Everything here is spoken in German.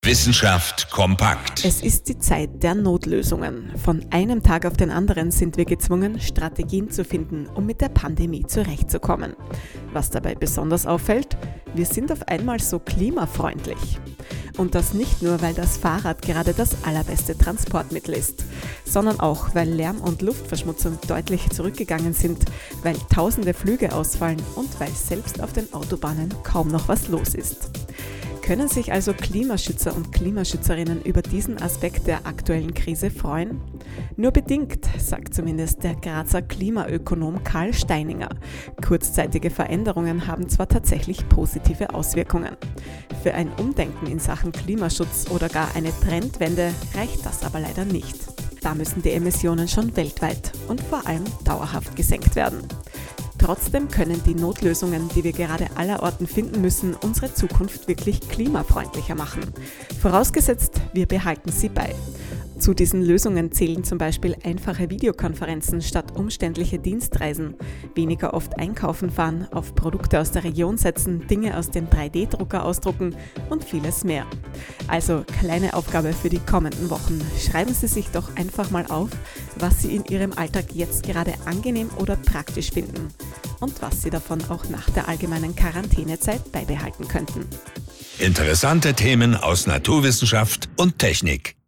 Wissenschaft kompakt. Es ist die Zeit der Notlösungen. Von einem Tag auf den anderen sind wir gezwungen, Strategien zu finden, um mit der Pandemie zurechtzukommen. Was dabei besonders auffällt, wir sind auf einmal so klimafreundlich. Und das nicht nur, weil das Fahrrad gerade das allerbeste Transportmittel ist, sondern auch, weil Lärm- und Luftverschmutzung deutlich zurückgegangen sind, weil tausende Flüge ausfallen und weil selbst auf den Autobahnen kaum noch was los ist. Können sich also Klimaschützer und Klimaschützerinnen über diesen Aspekt der aktuellen Krise freuen? Nur bedingt, sagt zumindest der Grazer Klimaökonom Karl Steininger. Kurzzeitige Veränderungen haben zwar tatsächlich positive Auswirkungen. Für ein Umdenken in Sachen Klimaschutz oder gar eine Trendwende reicht das aber leider nicht. Da müssen die Emissionen schon weltweit und vor allem dauerhaft gesenkt werden. Trotzdem können die Notlösungen, die wir gerade allerorten finden müssen, unsere Zukunft wirklich klimafreundlicher machen. Vorausgesetzt, wir behalten sie bei. Zu diesen Lösungen zählen zum Beispiel einfache Videokonferenzen statt umständliche Dienstreisen, weniger oft einkaufen fahren, auf Produkte aus der Region setzen, Dinge aus dem 3D-Drucker ausdrucken und vieles mehr. Also kleine Aufgabe für die kommenden Wochen. Schreiben Sie sich doch einfach mal auf, was Sie in Ihrem Alltag jetzt gerade angenehm oder praktisch finden und was Sie davon auch nach der allgemeinen Quarantänezeit beibehalten könnten. Interessante Themen aus Naturwissenschaft und Technik.